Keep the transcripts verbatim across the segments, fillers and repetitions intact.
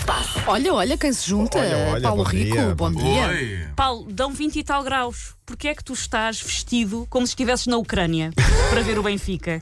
se passa? Olha, olha quem se junta. Olha, olha, Paulo bom Rico, dia, bom bom dia. Oi. Paulo, dão vinte e tal graus. Porquê é que tu estás vestido como se estivesses na Ucrânia para ver o Benfica?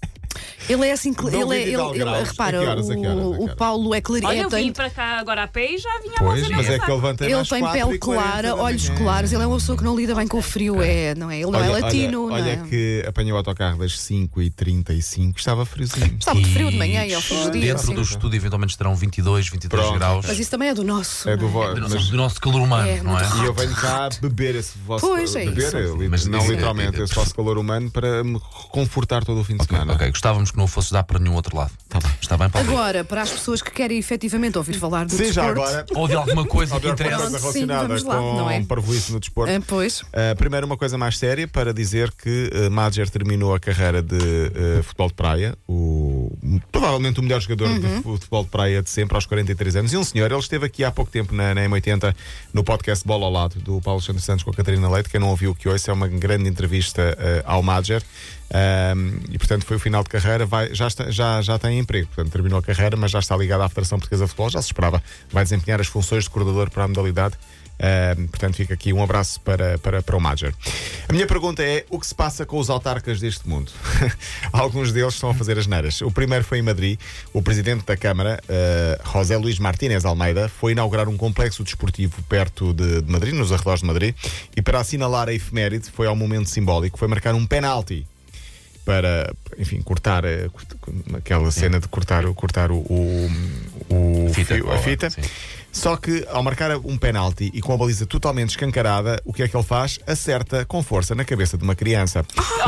Ele é assim, Dão ele é, vinte e ele, tal ele- graus. repara, A que horas, a que horas, a que o, horas? o Paulo é claro. Olha, é, eu tem, vim para cá agora a pé e já vinha a Pois, moça mas na é que ele levanta ele às tem quatro pele e quarenta clara, da olhos manhã. claros. Ele é uma pessoa que não lida bem com o frio. É, não é? Ele não é Olha, latino, olha, não olha é? que apanhou o autocarro das cinco e trinta e cinco, estava friozinho. Está muito frio de manhã e ao fim do dia. Dentro sim. do estúdio eventualmente estarão vinte e dois, vinte e três Pronto. graus. Mas isso também é do nosso. É do não vo- do, nosso, mas- do nosso calor humano, É, não é? E eu venho cá beber esse vosso Pois, é beber, isso. li- Mas não isso é- literalmente, é- esse vosso calor humano para me confortar todo o fim de semana. Ok, gostávamos que não fosse dar para nenhum outro lado. Está bem, está bem, Paulo? Agora, para as pessoas que querem efetivamente ouvir falar do Sim, já desporto. agora. Ou de alguma coisa Ou que de alguma interessa. coisa Sim, relacionada vamos lá, com não é? parvoíce no desporto. Ah, pois. Uh, primeiro, uma coisa mais séria para dizer que uh, Madger terminou a carreira de uh, futebol de praia, o, provavelmente o melhor jogador Uhum. de futebol de praia de sempre, aos quarenta e três anos. E um senhor, ele esteve aqui há pouco tempo na, na M oitenta, no podcast Bola ao Lado, do Paulo Alexandre Santos com a Catarina Leite. Quem não ouviu o que ouça, é uma grande entrevista uh, ao Madger. Um, e portanto foi o final de carreira, vai, já, está, já, já tem emprego, portanto terminou a carreira, mas já está ligado à Federação Portuguesa de Futebol, já se esperava, vai desempenhar as funções de coordenador para a modalidade. Um, portanto fica aqui um abraço para, para, para o Madger. A minha pergunta é: o que se passa com os autarcas deste mundo? Alguns deles estão a fazer as neiras. O primeiro foi em Madrid. O presidente da Câmara, uh, José Luís Martínez Almeida, foi inaugurar um complexo desportivo perto de, de Madrid, nos arredores de Madrid, e para assinalar a efeméride foi ao momento simbólico, foi marcar um penalti para, enfim, cortar eh, cort- aquela cena de cortar, o- cortar o, o, o Fita, fio- a bola, fita. sim. Só que ao marcar um penalti e com a baliza totalmente escancarada, o que é que ele faz? Acerta com força na cabeça de uma criança.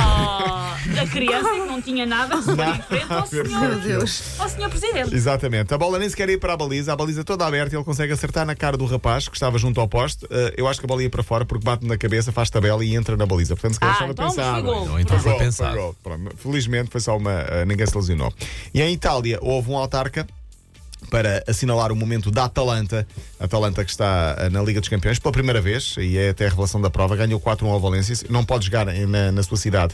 Oh, a criança que não tinha nada a fazer em frente ao senhor, Meu Deus. ao senhor Presidente. Exatamente. A bola nem sequer ia para a baliza, a baliza toda aberta e ele consegue acertar na cara do rapaz que estava junto ao poste. Uh, eu acho que a bola ia para fora porque bate na cabeça, faz tabela e entra na baliza. Portanto, se calhar Ah, estava então foi pensado. gol. Ou então Foi foi gol, pensado. foi gol. Pronto. Felizmente foi só uma. uh, ninguém se lesionou. E em Itália houve um autarca para assinalar o momento da Atalanta. A Atalanta que está uh, na Liga dos Campeões pela primeira vez, e é até a revelação da prova, ganhou quatro a um ao Valência. Não pode jogar em- na, na sua cidade,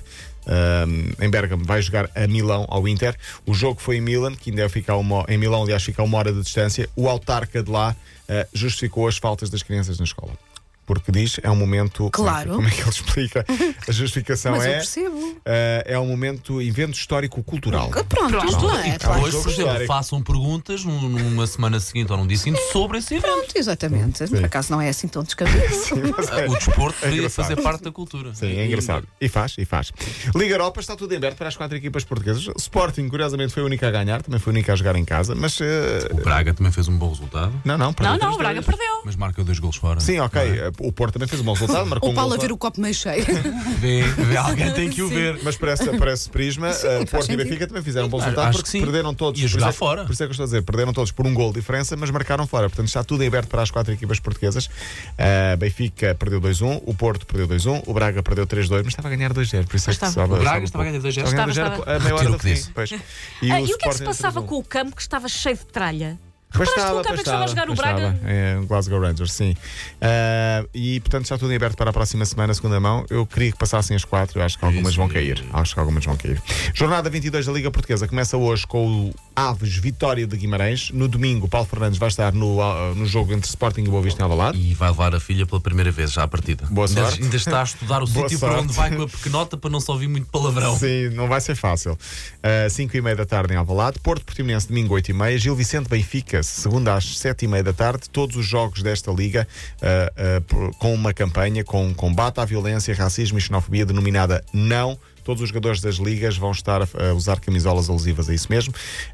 um, em Bérgamo, vai jogar a Milão, ao Inter. O jogo foi em Milan, que ainda fica a uma, em Milão, aliás, fica a uma hora de distância. O autarca de lá uh, justificou as faltas das crianças na escola. Porque diz, é um momento. Claro. Como é que ele explica? A justificação Mas eu é. percebo. uh, é um momento evento histórico-cultural. Pronto, Pronto. isto é. E Claro. depois, por Jogo exemplo, histórico. façam perguntas num- numa semana seguinte ou num dia seguinte sobre esse evento. Pronto, exatamente. Por acaso não é assim tão descabido. Mas é- O desporto É deveria engraçado. fazer parte da cultura. Sim, é engraçado. E faz, e faz. Liga Europa está tudo em aberto para as quatro equipas portuguesas. O Sporting, curiosamente, foi a única a ganhar, também foi a única a jogar em casa, mas. uh, O Braga também fez um bom resultado, Não, não, perdeu Não, não, três o Braga dois. perdeu. mas marca dois golos fora. Sim, ok. Não é? O Porto também fez um bom resultado, marcou O um Paulo gol a ver só. o copo meio cheio. Vê, vê, alguém tem que o Sim. ver. Mas para esse, para esse prisma, Sim, uh, faz Porto e sentido. Benfica também fizeram um bom Acho resultado que porque sim. perderam todos. E a Por jogar isso é- fora. Por isso é que eu estou a dizer, perderam todos por um gol de diferença, mas marcaram fora. Portanto, está tudo em aberto para as quatro equipas portuguesas. Uh, Benfica perdeu dois a um, o Porto perdeu dois a um, o Braga perdeu três a dois, mas estava a ganhar dois a zero. Por isso é que Estava. sobe- O Braga sobe um estava a pouco. ganhar dois a zero. Estava a ganhar Estava, dois a zero a meia hora Retiro do o que fim. disse. Pois. Ah, e o que é que se Sporting passava três a um. com o campo que estava cheio de tralha? Pois Reparaste estava, que o campo pois que estava a jogar o pois Braga? estava, é, Glasgow Rangers, sim. Ah, e portanto está tudo em aberto para a próxima semana, segunda mão. Eu queria que passassem as quatro, eu acho que algumas Isso. vão cair. Acho que algumas vão cair. Jornada vinte e dois da Liga Portuguesa começa hoje com o Aves Vitória de Guimarães. No domingo, Paulo Fernandes vai estar no, ah, no jogo entre Sporting e Boa Vista em Alvalade. E vai levar a filha pela primeira vez já à partida. Boa ainda, sorte. ainda está a estudar o Boa sítio para sorte. onde vai com a pequenota para não se ouvir muito palavrão. Sim, não vai ser fácil. Uh, cinco e meia da tarde em Alvalade. Porto Portimonense, domingo, oito e meia. Gil Vicente Benfica, segunda às sete e meia da tarde. Todos os jogos desta liga uh, uh, por- com uma campanha com combate à violência, racismo e xenofobia denominada Não. Todos os jogadores das ligas vão estar a, a usar camisolas alusivas a isso mesmo.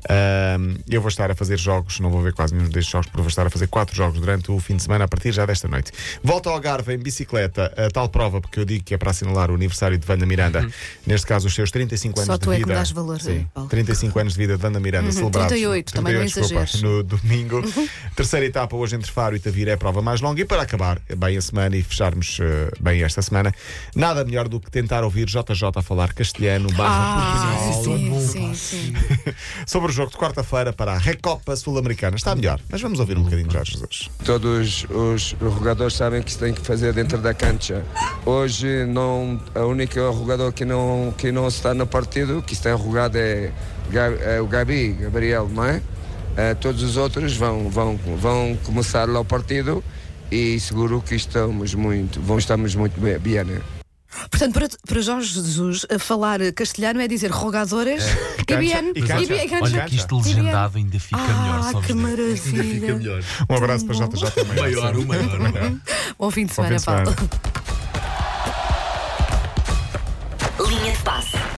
Uh, eu vou estar a fazer jogos, não vou ver quase nenhum destes jogos, porque vou estar a fazer quatro jogos durante o fim de semana a partir já desta noite. Volto ao Algarve em bicicleta, a tal prova, porque eu digo que é para assinalar o aniversário de Wanda Miranda, Uhum. neste caso os seus trinta e cinco anos Só de tu é que vida. me dás valor, Sim, Paulo. trinta e cinco anos de vida de Wanda Miranda, celebrados. trinta e oito, também não desculpa, exageres. no domingo. Terceira etapa hoje entre Faro e Tavira é a prova mais longa. E para acabar bem a semana e fecharmos eh, bem esta semana, nada melhor do que tentar ouvir J J a falar castelhano, barra Ah, portunhol, sim, sim, sim. sobre o jogo de quarta-feira para a Recopa Sul-Americana. Está melhor, mas vamos ouvir um bocadinho de Jorge Jesus. Todos os jogadores sabem que se tem que fazer dentro da cancha. Hoje não, a única jogador que não que não está no partido, que está enrugado é, Ga- é o Gabi, Gabriel, não é? Uh, todos os outros vão, vão, vão começar lá o partido e seguro que estamos muito, vão estamos muito bem. bem. Portanto, para, para Jorge Jesus, a falar castelhano é dizer rogadores e Cancha. bien. E cancha. E bien, cancha. Olha que isto legendado ainda fica melhor. Ah, só que vos digo. Ainda fica maravilha. melhor. Um abraço para J J também. Maior, o maior, o maior. Bom fim de Bom fim semana, de semana. Paulo. Linha de passe.